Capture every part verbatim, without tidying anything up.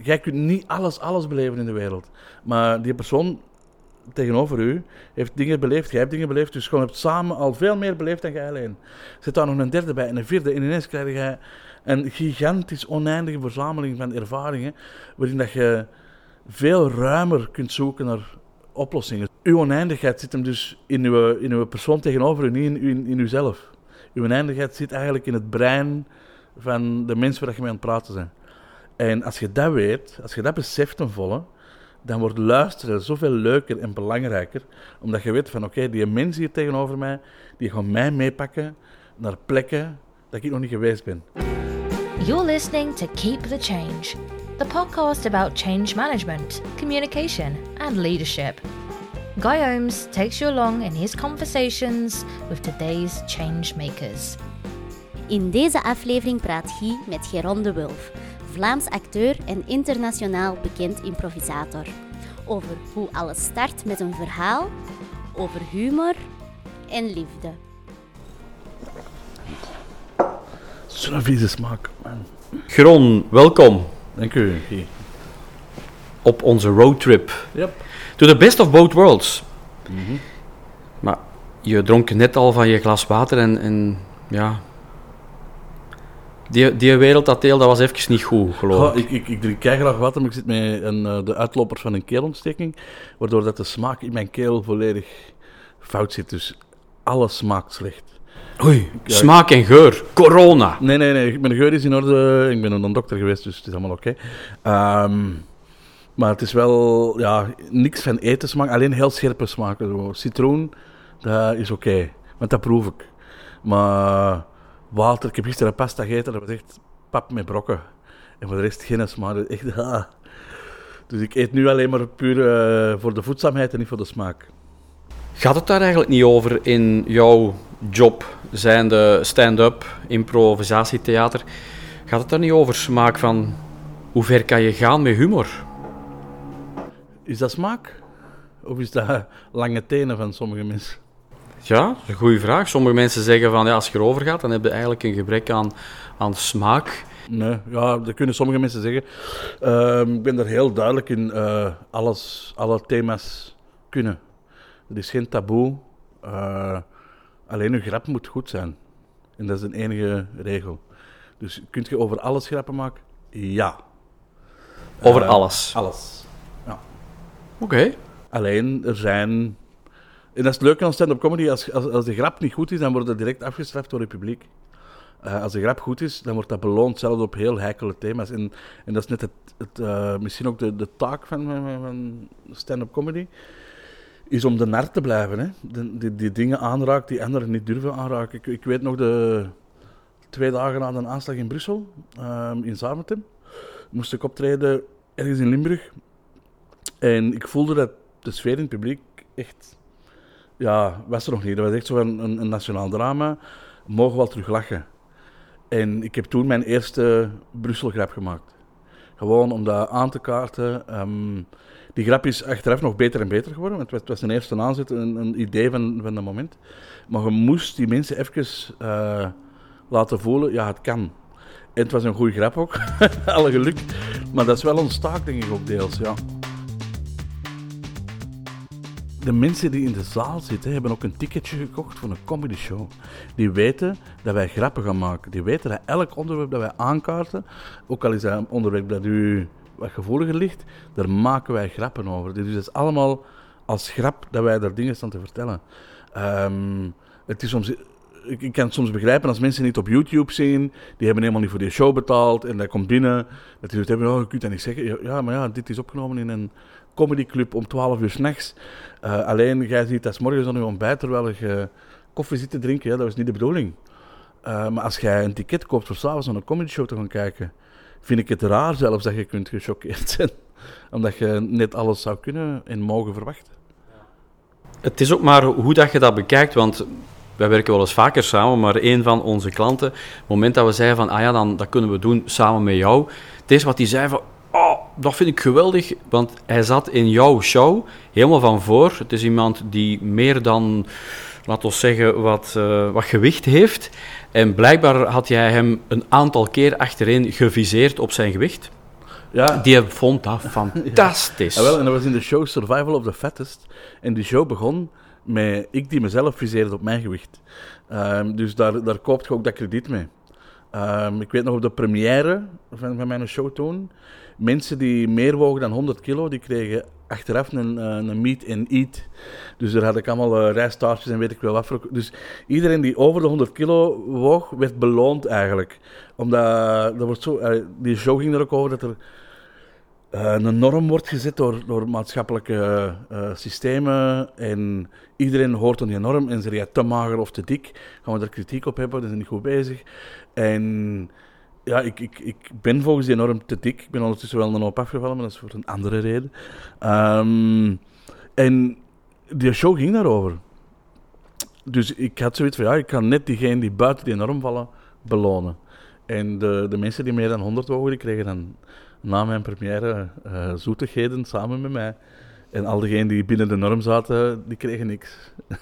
jij kunt niet alles, alles beleven in de wereld. Maar die persoon tegenover u heeft dingen beleefd, jij hebt dingen beleefd, dus gewoon hebt samen al veel meer beleefd dan jij alleen. Zit daar nog een derde bij en een vierde en ineens krijg jij een gigantisch oneindige verzameling van ervaringen waarin dat je veel ruimer kunt zoeken naar oplossingen. Uw oneindigheid zit hem dus in uw, in uw persoon tegenover u, niet in, in, in uzelf. Uw oneindigheid zit eigenlijk in het brein van de mensen waar je mee aan het praten bent. En als je dat weet, als je dat beseft ten volle, dan wordt luisteren zoveel leuker en belangrijker, omdat je weet van oké, okay, die mensen hier tegenover mij, die gaan mij meepakken naar plekken dat ik nog niet geweest ben. You're listening to Keep the Change, the podcast about change management, communication and leadership. Guy Ooms takes you along in his conversations with today's change makers. In deze aflevering praat Guy met Geron de Wulf, Vlaams acteur en internationaal bekend improvisator. Over hoe alles start met een verhaal, over humor en liefde. Zo'n vieze smaak, man. Geron, welkom. Dank u, Guy. Op onze roadtrip. Yep. To the best of both worlds. Mm-hmm. Maar je dronk net al van je glas water en, en ja... Die, die wereld, dat deel, dat was even niet goed, geloof Goh, ik. Ik, ik drink graag water, maar ik zit met een, uh, de uitloper van een keelontsteking, waardoor dat de smaak in mijn keel volledig fout zit. Dus alles smaakt slecht. Oei, ja, smaak en geur. Corona. Nee, nee, nee. Mijn geur is in orde. Ik ben een dokter geweest, dus het is allemaal oké. Okay. Um, maar het is wel, ja, niks van eten smaak, alleen heel scherpe smaken. Zo. Citroen, dat is oké, okay, want dat proef ik. Maar water, ik heb gisteren een pasta gegeten, dat was echt pap met brokken. En voor de rest geen smaak, echt ah. Dus ik eet nu alleen maar puur uh, voor de voedzaamheid en niet voor de smaak. Gaat het daar eigenlijk niet over in jouw job, zijnde stand-up, improvisatietheater? Gaat het daar niet over smaak van hoe ver kan je gaan met humor? Is dat smaak? Of is dat lange tenen van sommige mensen? Ja, dat is een goede vraag. Sommige mensen zeggen van ja, als je erover gaat, dan heb je eigenlijk een gebrek aan, aan smaak. Nee, ja, dat kunnen sommige mensen zeggen. Uh, ik ben er heel duidelijk in. Uh, alles, alle thema's kunnen. Er is geen taboe. Uh, alleen een grap moet goed zijn. En dat is de enige regel. Dus kun je over alles grappen maken? Ja. Over uh, alles? Alles, ja. Oké. Okay. Alleen, er zijn... En dat is het leuke aan stand-up comedy. Als, als, als de grap niet goed is, dan wordt het direct afgestraft door het publiek. Uh, als de grap goed is, dan wordt dat beloond, zelfs op heel heikele thema's. En, en dat is net het, het, uh, misschien ook de, de taak van, van, van stand-up comedy, is om de nar te blijven. Hè? De, die, die dingen aanraakt die anderen niet durven aanraken. Ik, ik weet nog de twee dagen na de aanslag in Brussel, uh, in Zaventem, moest ik optreden ergens in Limburg. En ik voelde dat de sfeer in het publiek echt... Ja, was er nog niet. Dat was echt zo een, een, een nationaal drama. Mogen we wel terug lachen. En ik heb toen mijn eerste Brussel-grap gemaakt. Gewoon om dat aan te kaarten. Um, die grap is achteraf nog beter en beter geworden, want het was een eerste aanzet, een, een idee van, van dat moment. Maar je moest die mensen even uh, laten voelen, ja, het kan. En het was een goede grap ook, alle geluk. Maar dat is wel ons taak, denk ik ook deels, ja. De mensen die in de zaal zitten, hebben ook een ticketje gekocht voor een comedy show. Die weten dat wij grappen gaan maken. Die weten dat elk onderwerp dat wij aankaarten, ook al is dat een onderwerp dat u wat gevoeliger ligt, daar maken wij grappen over. Dus het is allemaal als grap dat wij daar dingen staan te vertellen. Um, het is soms, ik, ik kan het soms begrijpen als mensen niet op YouTube zien, die hebben helemaal niet voor die show betaald en dat komt binnen, dat die hebben, oh, je kunt dat niet zeggen. Ja, maar ja, dit is opgenomen in een comedyclub om twaalf uur 's nachts. Uh, alleen, jij ziet dat 's morgens aan je ontbijt, terwijl je koffie zit te drinken, ja, dat was niet de bedoeling. Uh, maar als jij een ticket koopt voor 's avonds naar een comedyshow te gaan kijken, vind ik het raar zelfs dat je kunt gechoqueerd zijn. Omdat je net alles zou kunnen en mogen verwachten. Het is ook maar hoe dat je dat bekijkt, want wij werken wel eens vaker samen, maar een van onze klanten, op het moment dat we zeiden van, ah ja, dan, dat kunnen we doen samen met jou, het eerste wat hij zei van, oh, dat vind ik geweldig, want hij zat in jouw show helemaal van voor. Het is iemand die meer dan, laten we zeggen, wat, uh, wat gewicht heeft. En blijkbaar had jij hem een aantal keer achterin geviseerd op zijn gewicht. Ja. Die vond dat fantastisch. Ja, wel, en dat was in de show Survival of the Fattest. En die show begon met ik die mezelf friseerde op mijn gewicht. Um, dus daar, daar koopt je ook dat krediet mee. Um, ik weet nog op de première van, van mijn show toen, mensen die meer wogen dan honderd kilo, die kregen achteraf een, een meet and eat. Dus daar had ik allemaal uh, rijstaartjes en weet ik wel wat voor. Dus iedereen die over de honderd kilo woog, werd beloond eigenlijk. Omdat, dat wordt zo, uh, die show ging er ook over dat er uh, een norm wordt gezet door, door maatschappelijke uh, systemen. En iedereen hoort aan die norm. En zeg je te mager of te dik, gaan we daar kritiek op hebben, dat is niet goed bezig. En ja, ik, ik, ik ben volgens die norm te dik. Ik ben ondertussen wel een hoop afgevallen, maar dat is voor een andere reden. Um, en die show ging daarover. Dus ik had zoiets van, ja, ik kan net diegenen die buiten die norm vallen, belonen. En de, de mensen die meer dan honderd wogen, die kregen dan na mijn première uh, zoetigheden samen met mij. En al diegenen die binnen de norm zaten, die kregen niks.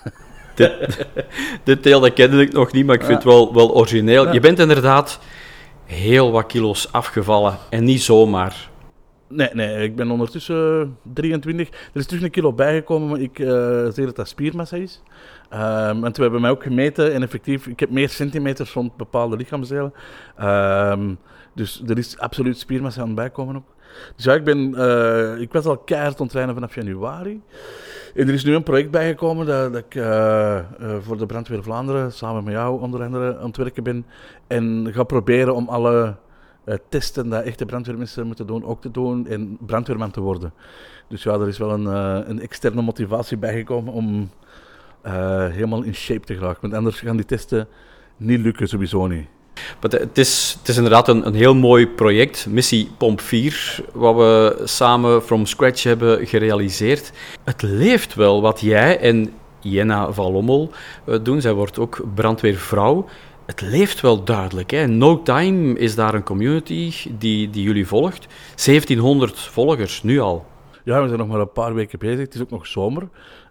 Dit, dit deel dat kende ik nog niet, maar ik vind het wel, wel origineel. Ja. Je bent inderdaad heel wat kilo's afgevallen en niet zomaar. Nee, nee, ik ben ondertussen drieëntwintig. Er is terug een kilo bijgekomen, maar ik uh, zeg dat dat spiermassa is. Um, want we hebben mij ook gemeten en effectief, ik heb meer centimeters rond bepaalde lichaamsdelen. Um, dus er is absoluut spiermassa aan het bijkomen ook. Dus ja, ik, ben, uh, ik was al keihard aan het trainen vanaf januari. En er is nu een project bijgekomen dat, dat ik uh, uh, voor de Brandweer Vlaanderen, samen met jou onder andere, aan het werken ben. En ga proberen om alle uh, testen dat echte brandweermensen moeten doen, ook te doen en brandweerman te worden. Dus ja, er is wel een, uh, een externe motivatie bijgekomen om uh, helemaal in shape te geraken. Want anders gaan die testen niet lukken, sowieso niet. Maar het, is, het is inderdaad een, een heel mooi project, Missie Pomp vier, wat we samen from scratch hebben gerealiseerd. Het leeft wel wat jij en Jenna van Lommel uh, doen. Zij wordt ook brandweervrouw. Het leeft wel duidelijk. Hè? No Time is daar een community die, die jullie volgt. zeventienhonderd volgers, nu al. Ja, we zijn nog maar een paar weken bezig. Het is ook nog zomer.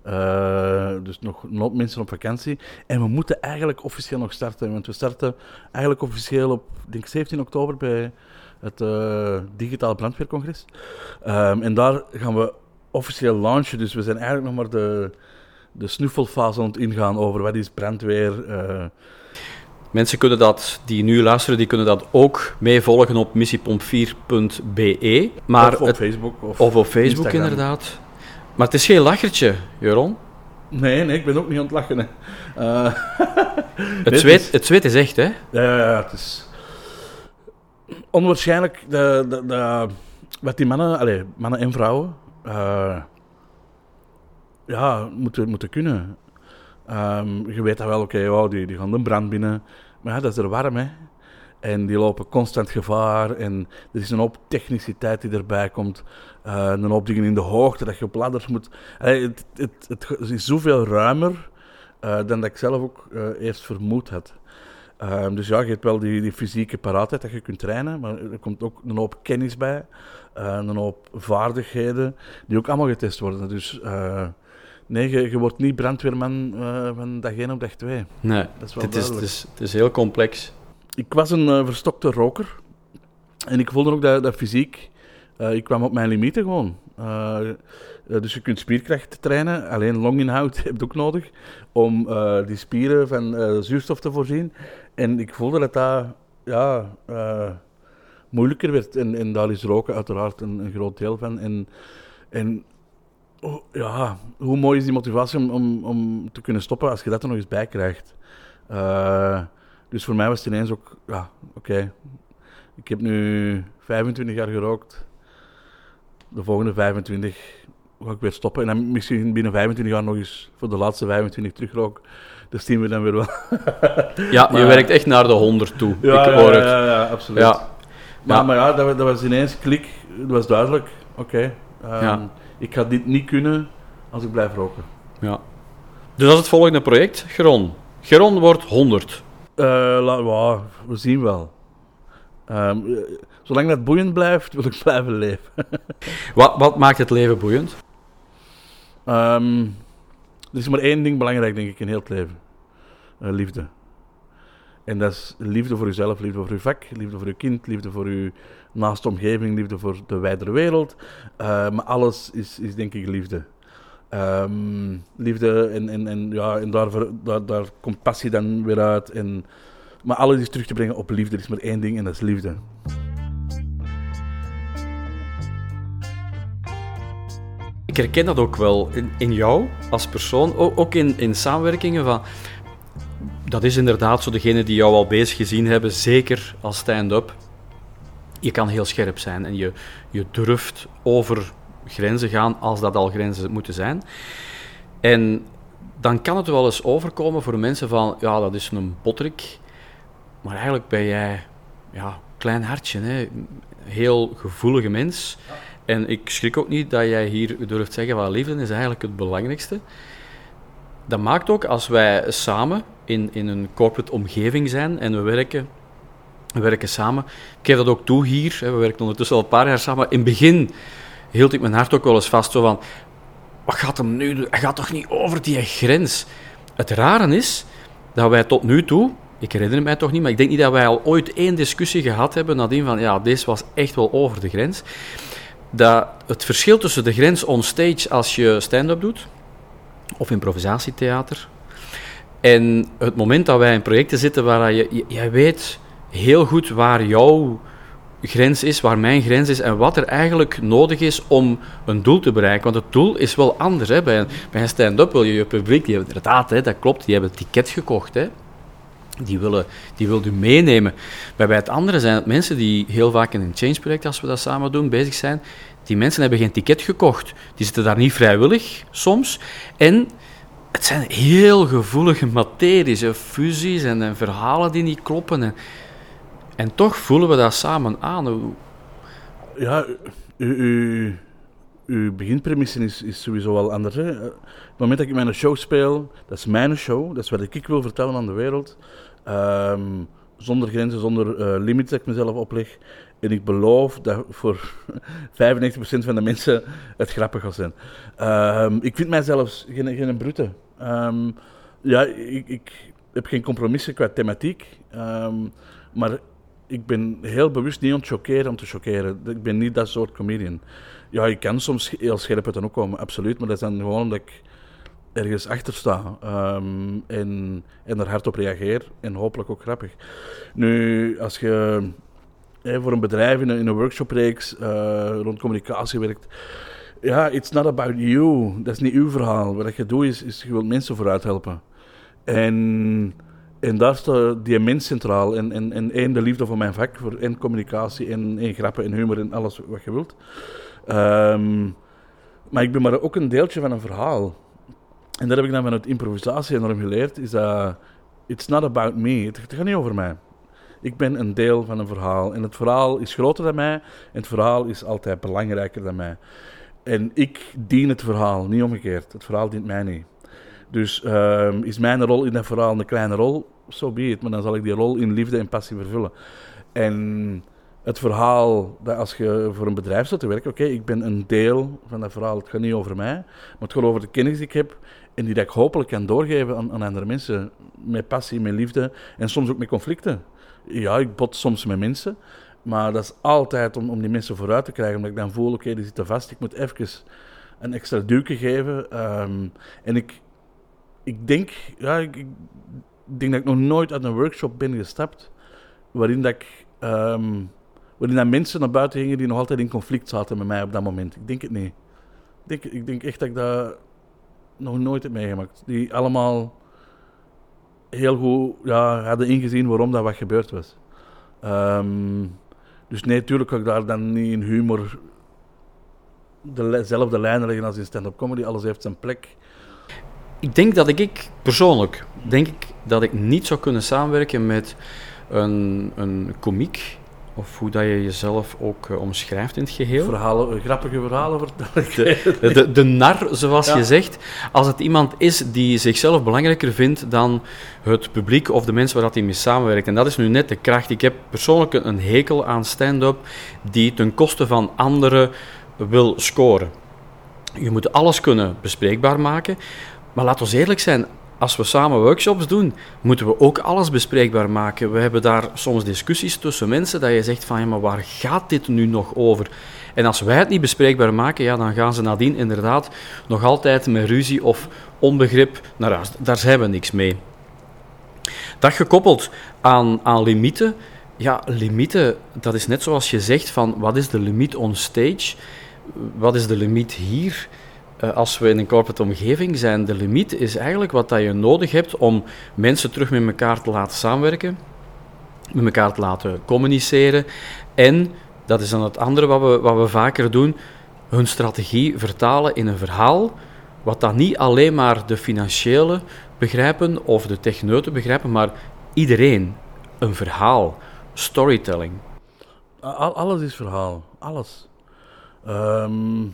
Uh, dus nog, nog mensen op vakantie. En we moeten eigenlijk officieel nog starten. Want we starten eigenlijk officieel op, ik denk zeventien oktober bij het uh, Digitaal Brandweercongres. Um, en daar gaan we officieel launchen. Dus we zijn eigenlijk nog maar de, de snuffelfase aan het ingaan over wat is brandweer. Uh, Mensen kunnen dat, die nu luisteren, die kunnen dat ook meevolgen op missiepomp vier punt b e. Maar of op het, Facebook. Of, of op Facebook, Instagram. Inderdaad. Maar het is geen lachertje, Jeroen. Nee, nee, ik ben ook niet aan het lachen. Hè. Uh, het, nee, zweet, het, is, het zweet is echt, hè? Ja, ja, ja, het is onwaarschijnlijk de, de, de, wat die mannen, allez, mannen en vrouwen, uh, ja, moeten, moeten kunnen. Um, je weet dat wel, oké, okay, oh, die, die gaan de brand binnen, maar ja, dat is er warm, hè. En die lopen constant gevaar en er is een hoop techniciteit die erbij komt. Uh, een hoop dingen in de hoogte dat je op ladders moet. Uh, het, het, het, het is zoveel ruimer uh, dan dat ik zelf ook uh, eerst vermoed had. Uh, dus ja, je hebt wel die, die fysieke paraatheid dat je kunt trainen, maar er komt ook een hoop kennis bij. Uh, een hoop vaardigheden die ook allemaal getest worden. Dus uh, nee, je, je wordt niet brandweerman uh, van dag één op dag twee. Nee, dat is wel het, is, duidelijk. het, is, het is heel complex. Ik was een uh, verstokte roker en ik voelde ook dat, dat fysiek, uh, ik kwam op mijn limieten gewoon. Uh, uh, dus je kunt spierkracht trainen, alleen longinhoud heb je ook nodig om uh, die spieren van uh, zuurstof te voorzien. En ik voelde dat dat ja, uh, moeilijker werd en, en daar is roken uiteraard een, een groot deel van. En, en oh, ja, hoe mooi is die motivatie om, om, om te kunnen stoppen als je dat er nog eens bij krijgt. Uh, Dus voor mij was het ineens ook, ja, oké. Okay. Ik heb nu vijfentwintig jaar gerookt. De volgende vijfentwintig ga ik weer stoppen. En dan misschien binnen vijfentwintig jaar nog eens voor de laatste vijfentwintig terugrook. Dat zien we dan weer wel. Ja, maar, je werkt echt naar de honderd toe. Ja, ik hoor ja, het. ja, ja, absoluut. Ja. Maar ja, maar ja dat, dat was ineens klik. Dat was duidelijk. Oké, okay. um, ja. ik ga dit niet kunnen als ik blijf roken. Ja. Dus dat is het volgende project. Geron. Geron wordt honderd. Uh, la, wow, we zien wel. Um, uh, zolang dat boeiend blijft, wil ik blijven leven. wat, wat maakt het leven boeiend? Um, er is maar één ding belangrijk, denk ik, in heel het leven. Uh, liefde. En dat is liefde voor jezelf, liefde voor je vak, liefde voor je kind, liefde voor je naaste omgeving, liefde voor de wijdere wereld. Uh, maar alles is, is denk ik liefde. Um, liefde en, en, en, ja, en daar, daar, daar komt passie dan weer uit. En, maar alles is terug te brengen op liefde. Er is maar één ding en dat is liefde. Ik herken dat ook wel in, in jou als persoon, ook in, in samenwerkingen. Van, dat is inderdaad zo, degene die jou al bezig gezien hebben, zeker als stand-up. Je kan heel scherp zijn en je, je durft over grenzen gaan als dat al grenzen moeten zijn. En dan kan het wel eens overkomen voor mensen van, ja, dat is een botterik, maar eigenlijk ben jij, ja, klein hartje, hè? Heel gevoelige mens. Ja. En ik schrik ook niet dat jij hier durft zeggen van liefde is eigenlijk het belangrijkste. Dat maakt ook, als wij samen in, in een corporate omgeving zijn en we werken, we werken samen. Ik geef dat ook toe hier, hè, we werken ondertussen al een paar jaar samen. In het begin hield ik mijn hart ook wel eens vast, zo van, wat gaat hem nu doen? Hij gaat toch niet over die grens? Het rare is dat wij tot nu toe, ik herinner mij toch niet, maar ik denk niet dat wij al ooit één discussie gehad hebben nadien van, ja, deze was echt wel over de grens. Dat het verschil tussen de grens on stage als je stand-up doet, of improvisatietheater, en het moment dat wij in projecten zitten waar je, jij weet heel goed waar jouw grens is, waar mijn grens is en wat er eigenlijk nodig is om een doel te bereiken. Want het doel is wel anders. Hè. Bij, een, bij een stand-up wil je je publiek, die hebben inderdaad, hè, dat klopt, die hebben een ticket gekocht. Hè. Die willen, die wil je meenemen. Maar bij het andere zijn het mensen die heel vaak in een change-project, als we dat samen doen, bezig zijn. Die mensen hebben geen ticket gekocht. Die zitten daar niet vrijwillig, soms. En het zijn heel gevoelige materies, hè, fusies en, en verhalen die niet kloppen. En, en toch voelen we dat samen aan. Ja, u, u, uw beginpremisse is, is sowieso wel anders. Hè. Op het moment dat ik mijn show speel, dat is mijn show, dat is wat ik wil vertellen aan de wereld. Um, zonder grenzen, zonder uh, limieten dat ik mezelf opleg. En ik beloof dat voor vijfennegentig procent van de mensen het grappig gaat zijn. Um, ik vind mij zelfs geen, geen brute. Um, ja, ik, ik heb geen compromissen qua thematiek. Um, maar ik ben heel bewust niet aan het chockeren om te chockeren. Ik ben niet dat soort comedian. Ja, ik kan soms heel scherp uit de hoek komen, absoluut. Maar dat is dan gewoon omdat ik ergens achter sta. Um, en, en er hard op reageer. En hopelijk ook grappig. Nu, als je hè, voor een bedrijf in een, in een workshopreeks uh, rond communicatie werkt. Ja, it's not about you. Dat is niet uw verhaal. Wat je doet is, is je wilt mensen vooruit helpen. En... En daar staat die mens centraal. En, en, en één, de liefde voor mijn vak, voor en communicatie, en, en grappen en humor en alles wat je wilt. Um, maar ik ben maar ook een deeltje van een verhaal. En dat heb ik dan vanuit improvisatie enorm geleerd, is dat it's not about me. Het, het gaat niet over mij. Ik ben een deel van een verhaal. En het verhaal is groter dan mij, en het verhaal is altijd belangrijker dan mij. En ik dien het verhaal, niet omgekeerd. Het verhaal dient mij niet. Dus uh, is mijn rol in dat verhaal een kleine rol, so be it. Maar dan zal ik die rol in liefde en passie vervullen. En het verhaal, dat als je voor een bedrijf staat te werken, oké, okay, ik ben een deel van dat verhaal. Het gaat niet over mij, maar het gaat over de kennis die ik heb en die dat ik hopelijk kan doorgeven aan, aan andere mensen. Met passie, met liefde en soms ook met conflicten. Ja, ik bot soms met mensen, maar dat is altijd om, om die mensen vooruit te krijgen. Omdat ik dan voel, oké, okay, die zitten vast, ik moet even een extra duwtje geven. Um, en ik... Ik denk, ja, ik, ik denk dat ik nog nooit uit een workshop ben gestapt waarin dat ik, um, waarin dat mensen naar buiten gingen die nog altijd in conflict zaten met mij op dat moment. Ik denk het niet. Ik denk, ik denk echt dat ik dat nog nooit heb meegemaakt. Die allemaal heel goed ja, hadden ingezien waarom dat wat gebeurd was. Um, dus nee, natuurlijk kan ik daar dan niet in humor dezelfde lijnen leggen als in stand-up comedy. Alles heeft zijn plek. Ik denk dat ik, ik persoonlijk, denk ik dat ik niet zou kunnen samenwerken met een, een komiek, of hoe dat je jezelf ook uh, omschrijft in het geheel. Verhalen, grappige verhalen vertellen. De, de, de nar, zoals ja. je zegt. Als het iemand is die zichzelf belangrijker vindt dan het publiek of de mensen waar dat hij mee samenwerkt. En dat is nu net de kracht. Ik heb persoonlijk een hekel aan stand-up die ten koste van anderen wil scoren. Je moet alles kunnen bespreekbaar maken. Maar laten we eerlijk zijn, als we samen workshops doen, moeten we ook alles bespreekbaar maken. We hebben daar soms discussies tussen mensen dat je zegt van, ja, maar waar gaat dit nu nog over? En als wij het niet bespreekbaar maken, ja, dan gaan ze nadien inderdaad nog altijd met ruzie of onbegrip naar huis. Daar zijn we niks mee. Dat gekoppeld aan, aan limieten. Ja, limieten, dat is net zoals je zegt van, wat is de limiet on stage? Wat is de limiet hier? Uh, als we in een corporate omgeving zijn, de limiet is eigenlijk wat dat je nodig hebt om mensen terug met elkaar te laten samenwerken, met elkaar te laten communiceren en, dat is dan het andere wat we, wat we vaker doen, hun strategie vertalen in een verhaal, wat dan niet alleen maar de financiële begrijpen of de techneuten begrijpen, maar iedereen. Een verhaal, storytelling. Al, alles is verhaal, alles. Um,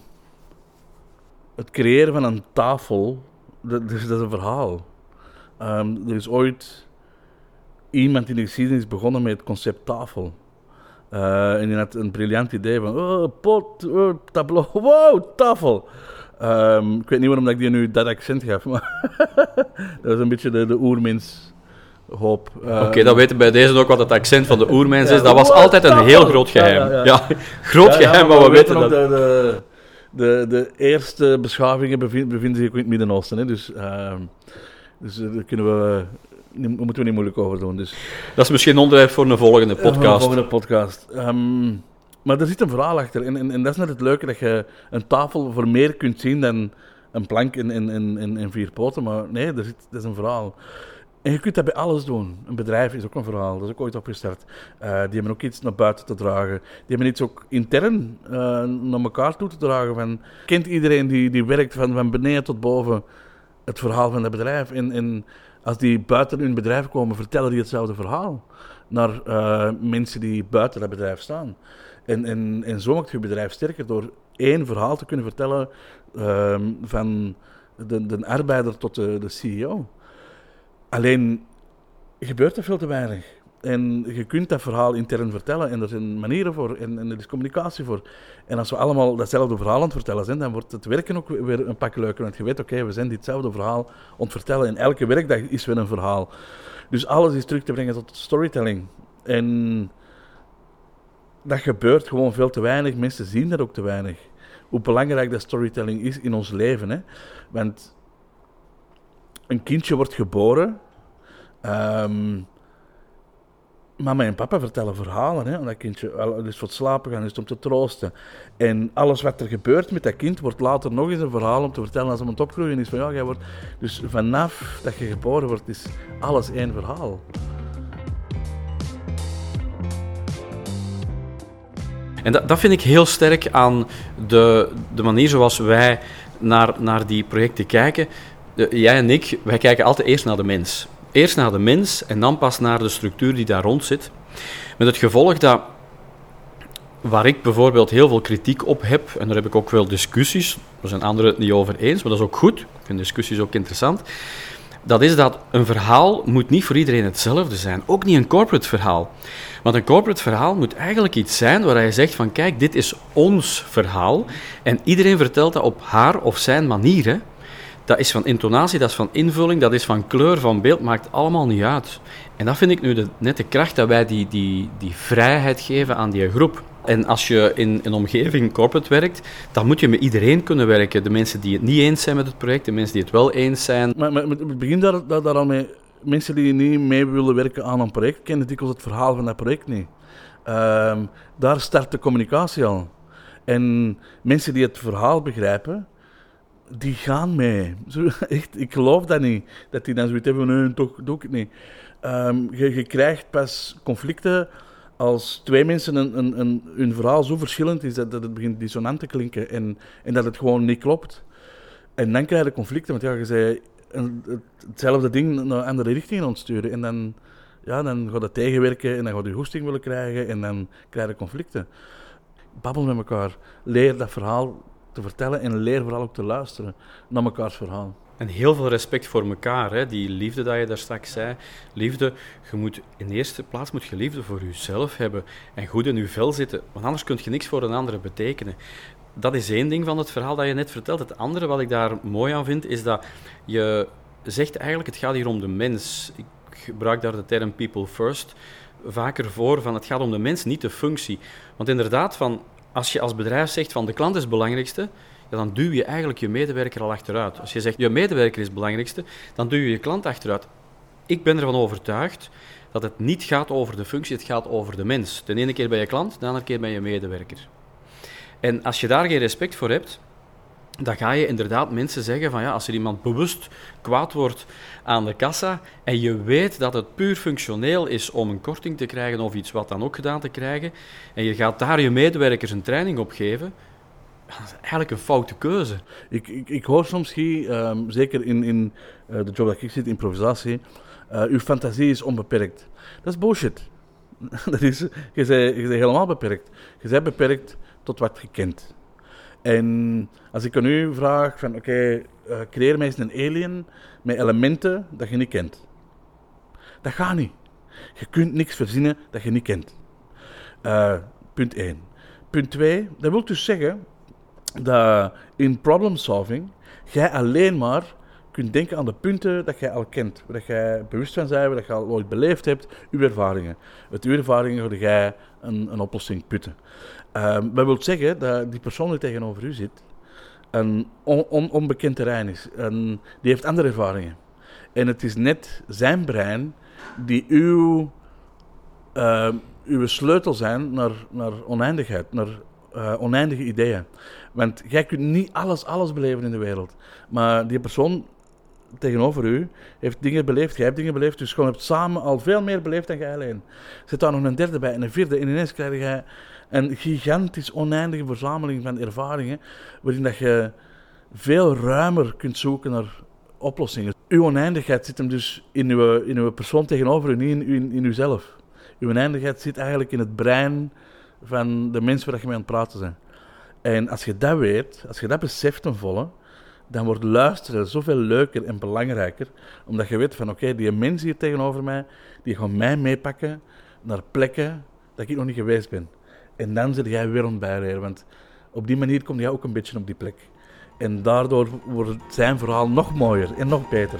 het creëren van een tafel, dat, dat is een verhaal. Um, er is ooit iemand in de geschiedenis begonnen met het concept tafel. Uh, en die had een briljant idee van, oh, pot, oh, tableau, wow, tafel. Um, ik weet niet waarom dat ik die nu dat accent gaf, maar dat is een beetje de, de oermens hoop. Uh, Oké, okay, dan weten bij deze ook wat het accent van de oermens is. Ja, dat was wow, altijd een heel groot geheim. Ja, ja, ja. ja groot ja, geheim, ja, maar, maar we, we weten dat... De, de, de, de eerste beschavingen bevinden, bevinden zich ook in het Midden-Oosten, hè, dus, uh, dus daar kunnen we... Daar moeten we niet moeilijk over doen. Dus. Dat is misschien een onderwerp voor een volgende podcast. Uh, een volgende podcast. Um, maar er zit een verhaal achter. En, en, en dat is net het leuke, dat je een tafel voor meer kunt zien dan een plank in, in, in, in vier poten. Maar nee, er zit, dat is een verhaal. En je kunt dat bij alles doen. Een bedrijf is ook een verhaal. Dat is ook ooit opgestart. Uh, die hebben ook iets naar buiten te dragen. Die hebben iets ook intern uh, naar elkaar toe te dragen. Van, kent iedereen die, die werkt van, van beneden tot boven het verhaal van dat bedrijf? En... en als die buiten hun bedrijf komen, vertellen die hetzelfde verhaal naar uh, mensen die buiten dat bedrijf staan. En, en, en zo maakt je bedrijf sterker door één verhaal te kunnen vertellen uh, van de, de arbeider tot de, de C E O. Alleen gebeurt er veel te weinig. En je kunt dat verhaal intern vertellen en er zijn manieren voor en, en er is communicatie voor. En als we allemaal datzelfde verhaal aan het vertellen zijn, dan wordt het werken ook weer een pak leuker. Want je weet, oké, okay, we zijn ditzelfde verhaal aan het vertellen en elke werkdag is weer een verhaal. Dus alles is terug te brengen tot storytelling. En dat gebeurt gewoon veel te weinig. Mensen zien dat ook te weinig. Hoe belangrijk dat storytelling is in ons leven. Hè? Want een kindje wordt geboren... Um, Mama en papa vertellen verhalen, hè, om dat kindje dus voor het slapen gaan, is om te troosten. En alles wat er gebeurt met dat kind wordt later nog eens een verhaal om te vertellen als het aan het opgroeien is. Van, ja, jij wordt, dus vanaf dat je geboren wordt, is alles één verhaal. En dat, dat vind ik heel sterk aan de, de manier zoals wij naar, naar die projecten kijken. De, jij en ik, wij kijken altijd eerst naar de mens. Eerst naar de mens en dan pas naar de structuur die daar rond zit. Met het gevolg dat, waar ik bijvoorbeeld heel veel kritiek op heb, en daar heb ik ook wel discussies, daar zijn anderen het niet over eens, maar dat is ook goed, ik vind discussies ook interessant, dat is dat een verhaal moet niet voor iedereen hetzelfde zijn. Ook niet een corporate verhaal. Want een corporate verhaal moet eigenlijk iets zijn waar je zegt van kijk, dit is ons verhaal en iedereen vertelt dat op haar of zijn manier, hè. Dat is van intonatie, dat is van invulling, dat is van kleur, van beeld, maakt allemaal niet uit. En dat vind ik nu de, net de kracht dat wij die, die, die vrijheid geven aan die groep. En als je in een omgeving corporate werkt, dan moet je met iedereen kunnen werken. De mensen die het niet eens zijn met het project, de mensen die het wel eens zijn. Maar, maar het begint daar, daar, daar al mee. Mensen die niet mee willen werken aan een project, kennen dikwijls het verhaal van dat project niet. Um, daar start de communicatie al. En mensen die het verhaal begrijpen, die gaan mee. Zo, echt, ik geloof dat niet. Dat die dan zoiets hebben van, nee, toch doe ik het niet. Um, je, je krijgt pas conflicten als twee mensen een, een, een, hun verhaal zo verschillend is dat, dat het begint dissonant te klinken en, en dat het gewoon niet klopt. En dan krijg je conflicten, want ja, je zei een, hetzelfde ding naar een andere richting ontsturen. En dan, ja, dan gaat het tegenwerken en dan gaat je goesting willen krijgen en dan krijg je conflicten. Babbel met elkaar. Leer dat verhaal te vertellen en leer vooral ook te luisteren naar mekaars verhaal. En heel veel respect voor elkaar, hè? Die liefde dat je daar straks zei. Liefde, je moet in de eerste plaats moet je liefde voor jezelf hebben en goed in je vel zitten, want anders kun je niks voor een andere betekenen. Dat is één ding van het verhaal dat je net vertelt. Het andere wat ik daar mooi aan vind, is dat je zegt eigenlijk, het gaat hier om de mens. Ik gebruik daar de term people first vaker voor, van het gaat om de mens, niet de functie. Want inderdaad, van, als je als bedrijf zegt van de klant is het belangrijkste, ja, dan duw je eigenlijk je medewerker al achteruit. Als je zegt je medewerker is het belangrijkste, dan duw je je klant achteruit. Ik ben ervan overtuigd dat het niet gaat over de functie, het gaat over de mens. De ene keer bij je klant, de andere keer bij je medewerker. En als je daar geen respect voor hebt, dan ga je inderdaad mensen zeggen van ja, als er iemand bewust kwaad wordt aan de kassa en je weet dat het puur functioneel is om een korting te krijgen of iets wat dan ook gedaan te krijgen en je gaat daar je medewerkers een training op geven, dat is eigenlijk een foute keuze. Ik, ik, ik hoor soms, Guy, um, zeker in, in uh, de job dat ik zit, improvisatie, uh, uw fantasie is onbeperkt. Dat is bullshit. dat is, je bent je bent helemaal beperkt. Je bent beperkt tot wat je kent. En als ik aan u vraag van, oké, okay, uh, creëer mij eens een alien met elementen dat je niet kent. Dat gaat niet. Je kunt niks verzinnen dat je niet kent. Uh, punt één. Punt twee, dat wil dus zeggen dat in problem solving jij alleen maar kunt denken aan de punten dat jij al kent, waar jij bewust van bent, waar je al ooit beleefd hebt, uw ervaringen. Uit uw ervaringen ga jij een, een oplossing putten. Uh, dat wil zeggen dat die persoon die tegenover u zit een on, on, onbekend terrein is. En die heeft andere ervaringen. En het is net zijn brein die uw, uh, uw sleutel zijn naar, naar oneindigheid, naar uh, oneindige ideeën. Want jij kunt niet alles, alles beleven in de wereld. Maar die persoon tegenover u heeft dingen beleefd, jij hebt dingen beleefd, dus gewoon hebt samen al veel meer beleefd dan jij alleen. Zit daar nog een derde bij en een vierde en ineens krijg jij een gigantisch oneindige verzameling van ervaringen waarin dat je veel ruimer kunt zoeken naar oplossingen. Uw oneindigheid zit hem dus in uw, in uw persoon tegenover u, niet in, in, in uzelf. Uw oneindigheid zit eigenlijk in het brein van de mensen waar je mee aan het praten bent. En als je dat weet, als je dat beseft ten volle, dan wordt luisteren zoveel leuker en belangrijker, omdat je weet van oké, okay, die mens hier tegenover mij, die gaat mij meepakken naar plekken dat ik nog niet geweest ben. En dan zit jij weer ontbijleren, want op die manier kom jij ook een beetje op die plek. En daardoor wordt zijn verhaal nog mooier en nog beter.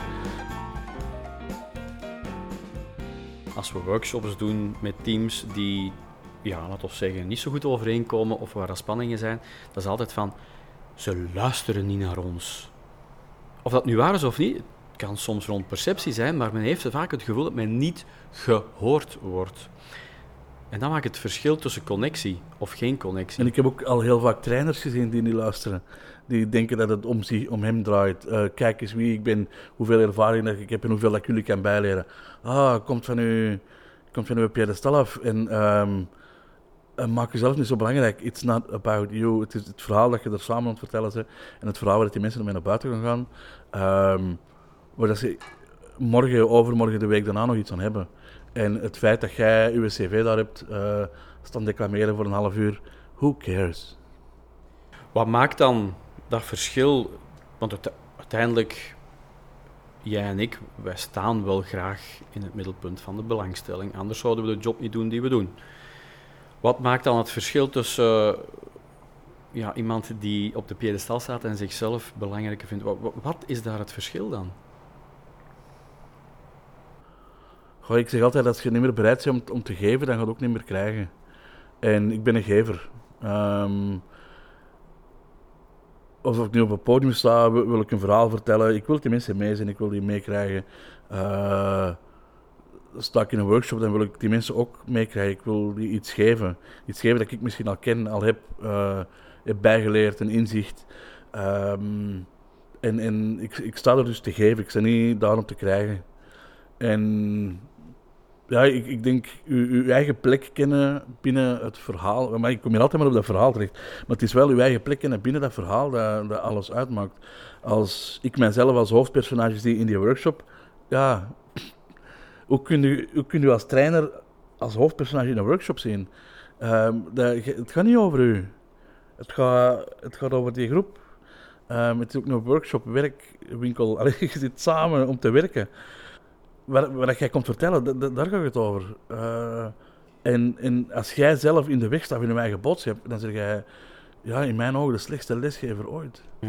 Als we workshops doen met teams die, ja, laten we zeggen, niet zo goed overeenkomen of waar er spanningen zijn, dat is altijd van, ze luisteren niet naar ons. Of dat nu waar is of niet, het kan soms rond perceptie zijn, maar men heeft vaak het gevoel dat men niet gehoord wordt. En dan maakt het verschil tussen connectie of geen connectie. En ik heb ook al heel vaak trainers gezien die niet luisteren. Die denken dat het om, zich, om hem draait. Uh, kijk eens wie ik ben, hoeveel ervaring dat ik heb en hoeveel dat ik jullie kan bijleren. Ah, komt van u, komt van uw piedestal af. En um, uh, maak jezelf niet zo belangrijk. It's not about you. Het is het verhaal dat je er samen aan het vertellen bent. En het verhaal waar die mensen ermee naar buiten gaan gaan. Um, waar dat ze morgen, overmorgen, de week daarna nog iets aan hebben. En het feit dat jij je cv daar hebt uh, staan declameren voor een half uur, who cares? Wat maakt dan dat verschil? Want uiteindelijk, jij en ik, wij staan wel graag in het middelpunt van de belangstelling. Anders zouden we de job niet doen die we doen. Wat maakt dan het verschil tussen uh, ja, iemand die op de piedestal staat en zichzelf belangrijker vindt? Wat, wat is daar het verschil dan? Goh, ik zeg altijd, als je niet meer bereid bent om, om te geven, dan ga je het ook niet meer krijgen. En ik ben een gever. Um, of ik nu op een podium sta, wil ik een verhaal vertellen. Ik wil die mensen mee zijn, ik wil die meekrijgen. Uh, sta ik in een workshop, dan wil ik die mensen ook meekrijgen. Ik wil die iets geven. Iets geven dat ik misschien al ken, al heb, uh, heb bijgeleerd, een inzicht. Um, en en ik, ik sta er dus te geven, ik sta niet daar om te krijgen. En ja, ik, ik denk, uw, uw eigen plek kennen binnen het verhaal. Maar ik kom hier altijd maar op dat verhaal terecht. Maar het is wel uw eigen plek kennen binnen dat verhaal dat, dat alles uitmaakt. Als ik mijzelf als hoofdpersonage zie in die workshop, ja, hoe kun u, hoe kun u als trainer als hoofdpersonage in een workshop zien? Um, dat, het gaat niet over u. Het gaat, het gaat over die groep. Um, het is ook een workshop, werkwinkel. Allee, je zit samen om te werken. Wat, wat jij komt vertellen, d- d- daar gaat het over. Uh, en, en als jij zelf in de weg staat in je eigen boodschap, dan zeg jij, ja, in mijn ogen de slechtste lesgever ooit. Ja.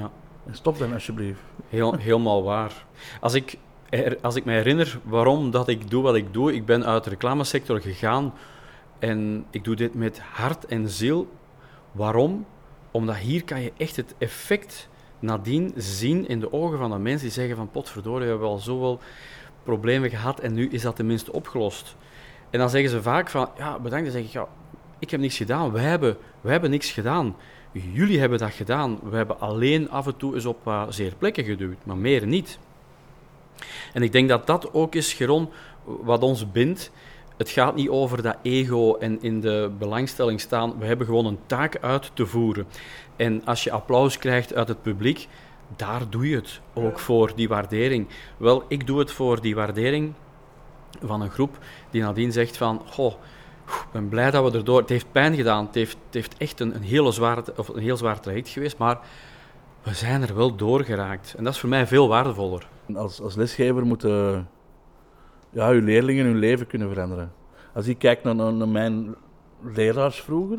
En stop dan alsjeblieft. Heel, helemaal waar. Als ik, als ik me herinner waarom dat ik doe wat ik doe, ik ben uit de reclamesector gegaan en ik doe dit met hart en ziel. Waarom? Omdat hier kan je echt het effect nadien zien in de ogen van de mensen die zeggen van potverdorie, we hebben al zoveel problemen gehad en nu is dat tenminste opgelost. En dan zeggen ze vaak van, ja, bedankt. Dan zeg ik, ja, ik heb niks gedaan. Wij hebben, wij hebben niks gedaan. Jullie hebben dat gedaan. We hebben alleen af en toe eens op uh, zeer plekken geduwd, maar meer niet. En ik denk dat dat ook is, Geron, wat ons bindt. Het gaat niet over dat ego en in de belangstelling staan. We hebben gewoon een taak uit te voeren. En als je applaus krijgt uit het publiek, daar doe je het ook voor, die waardering. Wel, ik doe het voor die waardering van een groep die nadien zegt van, goh, ik ben blij dat we erdoor... Het heeft pijn gedaan, het heeft, het heeft echt een, een, hele zware, of een heel zwaar traject geweest, maar we zijn er wel doorgeraakt. En dat is voor mij veel waardevoller. Als, als lesgever moeten ja, uw leerlingen hun leven kunnen veranderen. Als ik kijk naar, naar mijn leraars vroeger,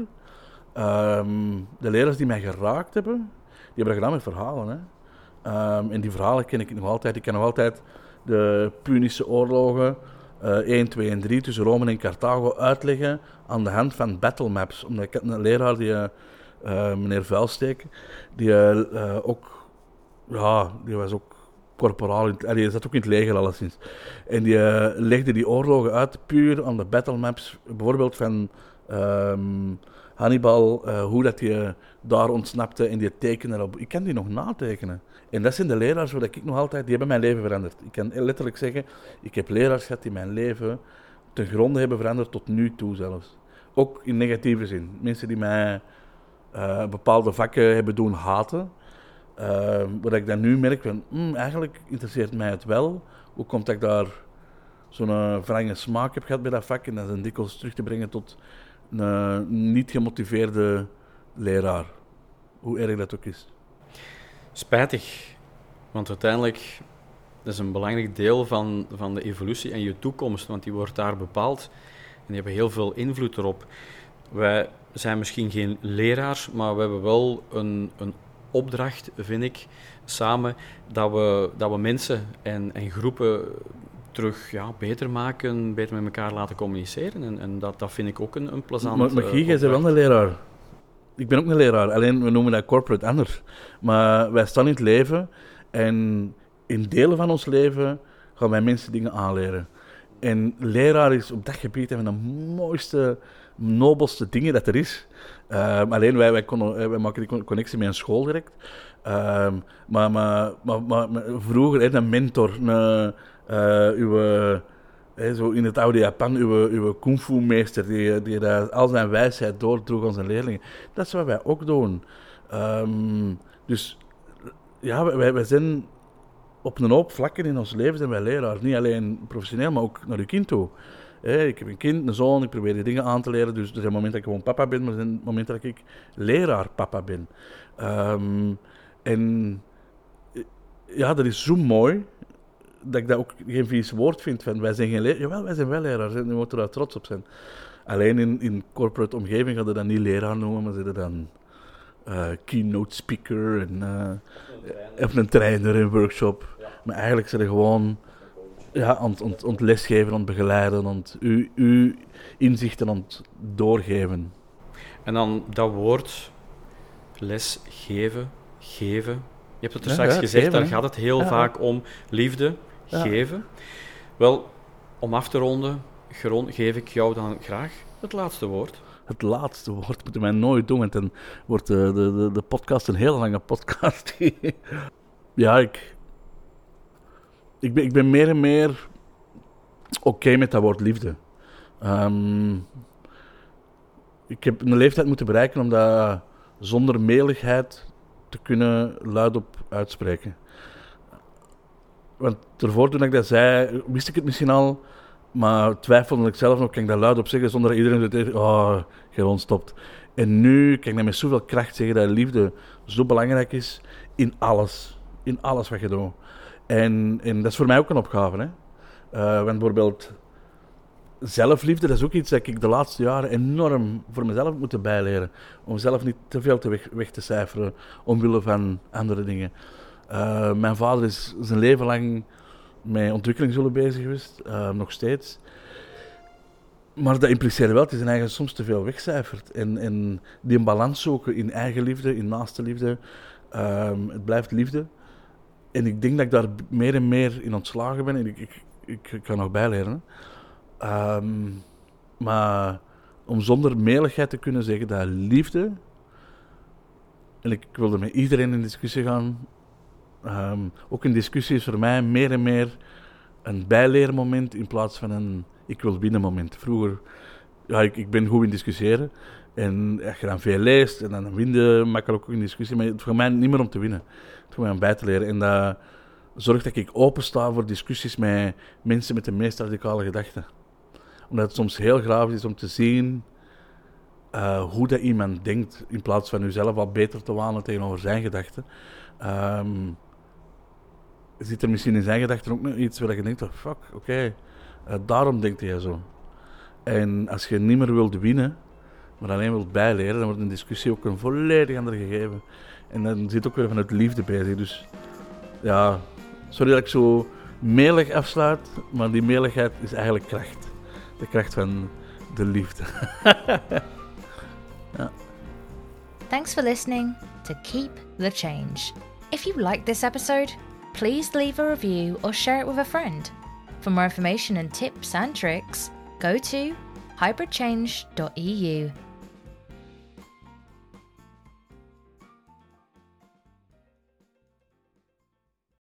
um, de leraars die mij geraakt hebben, die hebben dat gedaan met verhalen. Hè. Um, en die verhalen ken ik nog altijd. Ik ken nog altijd de Punische oorlogen, uh, één, twee en drie, tussen Rome en Carthago uitleggen aan de hand van battlemaps. Omdat ik had een leraar, die, uh, meneer Vuilsteek, die uh, uh, ook, ja, die was ook corporaal, die zat ook in het leger alleszins. En die uh, legde die oorlogen uit puur aan de battlemaps, bijvoorbeeld van um, Hannibal, uh, hoe dat hij daar ontsnapte en die tekenen erop. Ik kan die nog natekenen. En dat zijn de leraars waar ik nog altijd, die hebben mijn leven veranderd. Ik kan letterlijk zeggen, ik heb leraars gehad die mijn leven ten gronde hebben veranderd tot nu toe zelfs. Ook in negatieve zin. Mensen die mij uh, bepaalde vakken hebben doen haten. Uh, wat ik dan nu merk, van, mm, eigenlijk interesseert mij het wel. Hoe komt dat ik daar zo'n uh, wrange smaak heb gehad bij dat vak en dat is een dikwijls terug te brengen tot een uh, niet gemotiveerde leraar. Hoe erg dat ook is. Spijtig, want uiteindelijk dat is een belangrijk deel van, van de evolutie en je toekomst, want die wordt daar bepaald en die hebben heel veel invloed erop. Wij zijn misschien geen leraars, maar we hebben wel een, een opdracht, vind ik, samen, dat we, dat we mensen en, en groepen terug ja, beter maken, beter met elkaar laten communiceren. En, en dat, dat vind ik ook een, een plezant Maar, maar Guy, jij bent wel een leraar. Ik ben ook een leraar, alleen we noemen dat corporate anders. Maar wij staan in het leven en in delen van ons leven gaan wij mensen dingen aanleren. En leraar is op dat gebied een van de mooiste, nobelste dingen dat er is. Um, alleen wij, wij, konden, wij maken die connectie met een school direct. Um, maar, maar, maar, maar, maar vroeger, hè, een mentor, een, uh, uw, hè, zo in het oude Japan, uw, uw kung fu meester, die, die daar al zijn wijsheid doordroeg aan zijn leerlingen. Dat is wat wij ook doen. Um, dus ja, wij, wij zijn op een hoop vlakken in ons leven zijn wij leraars. Niet alleen professioneel, maar ook naar uw kind toe. Hey, ik heb een kind, een zoon, ik probeer die dingen aan te leren. Dus er zijn momenten dat ik gewoon papa ben, maar er zijn momenten dat ik leraar papa ben. Um, en ja, dat is zo mooi dat ik dat ook geen vies woord vind. Van, wij zijn geen leraars. Jawel, wij zijn wel leraars en we moeten daar trots op zijn. Alleen in, in corporate omgeving gaan we dat niet leraar noemen, maar ze dat dan uh, keynote speaker en uh, of een trainer in een workshop. Ja. Maar eigenlijk zijn er gewoon ja, aan het lesgeven, aan het begeleiden, aan het u, uw inzichten aan het doorgeven. En dan dat woord lesgeven, geven. Je hebt het er ja, straks ja, gezegd, geven, daar gaat het heel ja. vaak om liefde, ja. geven. Wel, om af te ronden, Geron, geef ik jou dan graag het laatste woord. Het laatste woord moeten wij nooit doen, want dan wordt de, de, de, de podcast een heel lange podcast. ja, ik, ik, ben, ik ben meer en meer oké okay met dat woord liefde. Um, ik heb een leeftijd moeten bereiken om dat zonder meligheid te kunnen luidop uitspreken. Want ervoor toen ik dat zei, wist ik het misschien al, maar twijfelde ik zelf nog, kan ik dat luidop zeggen zonder dat iedereen zegt, oh, Geron stopt. En nu kan ik dat met zoveel kracht zeggen dat liefde zo belangrijk is in alles. In alles wat je doet. En, en dat is voor mij ook een opgave. Hè? Uh, want bijvoorbeeld, zelfliefde, dat is ook iets dat ik de laatste jaren enorm voor mezelf heb moeten bijleren. Om zelf niet te veel te weg, weg te cijferen, omwille van andere dingen. Uh, mijn vader is zijn leven lang met ontwikkelingshulp bezig geweest, uh, nog steeds. Maar dat impliceert wel dat hij zijn eigen soms te veel wegcijfert. En, en die een balans zoeken in eigen liefde, in naaste liefde. Um, het blijft liefde. En ik denk dat ik daar meer en meer in ontslagen ben. En ik, ik, ik, ik kan nog bijleren. Um, maar om zonder meligheid te kunnen zeggen dat liefde... En ik, ik wilde met iedereen in discussie gaan. Um, ook een discussie is voor mij meer en meer een bijleermoment in plaats van een ik wil winnen moment. Vroeger, ja, ik, ik ben goed in discussiëren. En als je dan veel leest, en dan win je makkelijk ook in discussie. Maar het is voor mij niet meer om te winnen. Het is voor mij om bij te leren. En dat zorgt dat ik opensta voor discussies met mensen met de meest radicale gedachten. Omdat het soms heel graaf is om te zien uh, hoe dat iemand denkt, in plaats van jezelf wat beter te wanen tegenover zijn gedachten. Um, zit er misschien in zijn gedachten ook nog iets waar je denkt, oh, fuck, oké, okay, uh, daarom denkt hij zo. En als je niet meer wilt winnen, maar alleen wilt bijleren, dan wordt een discussie ook een volledig ander gegeven. En dan zit ook weer vanuit liefde bezig. Dus ja, sorry dat ik zo melig afsluit, maar die meligheid is eigenlijk kracht. De kracht van de liefde. Ja. Thanks for listening to Keep the Change. If you liked this episode, please leave a review or share it with a friend. For more information and tips and tricks, go to hybrid change dot e u.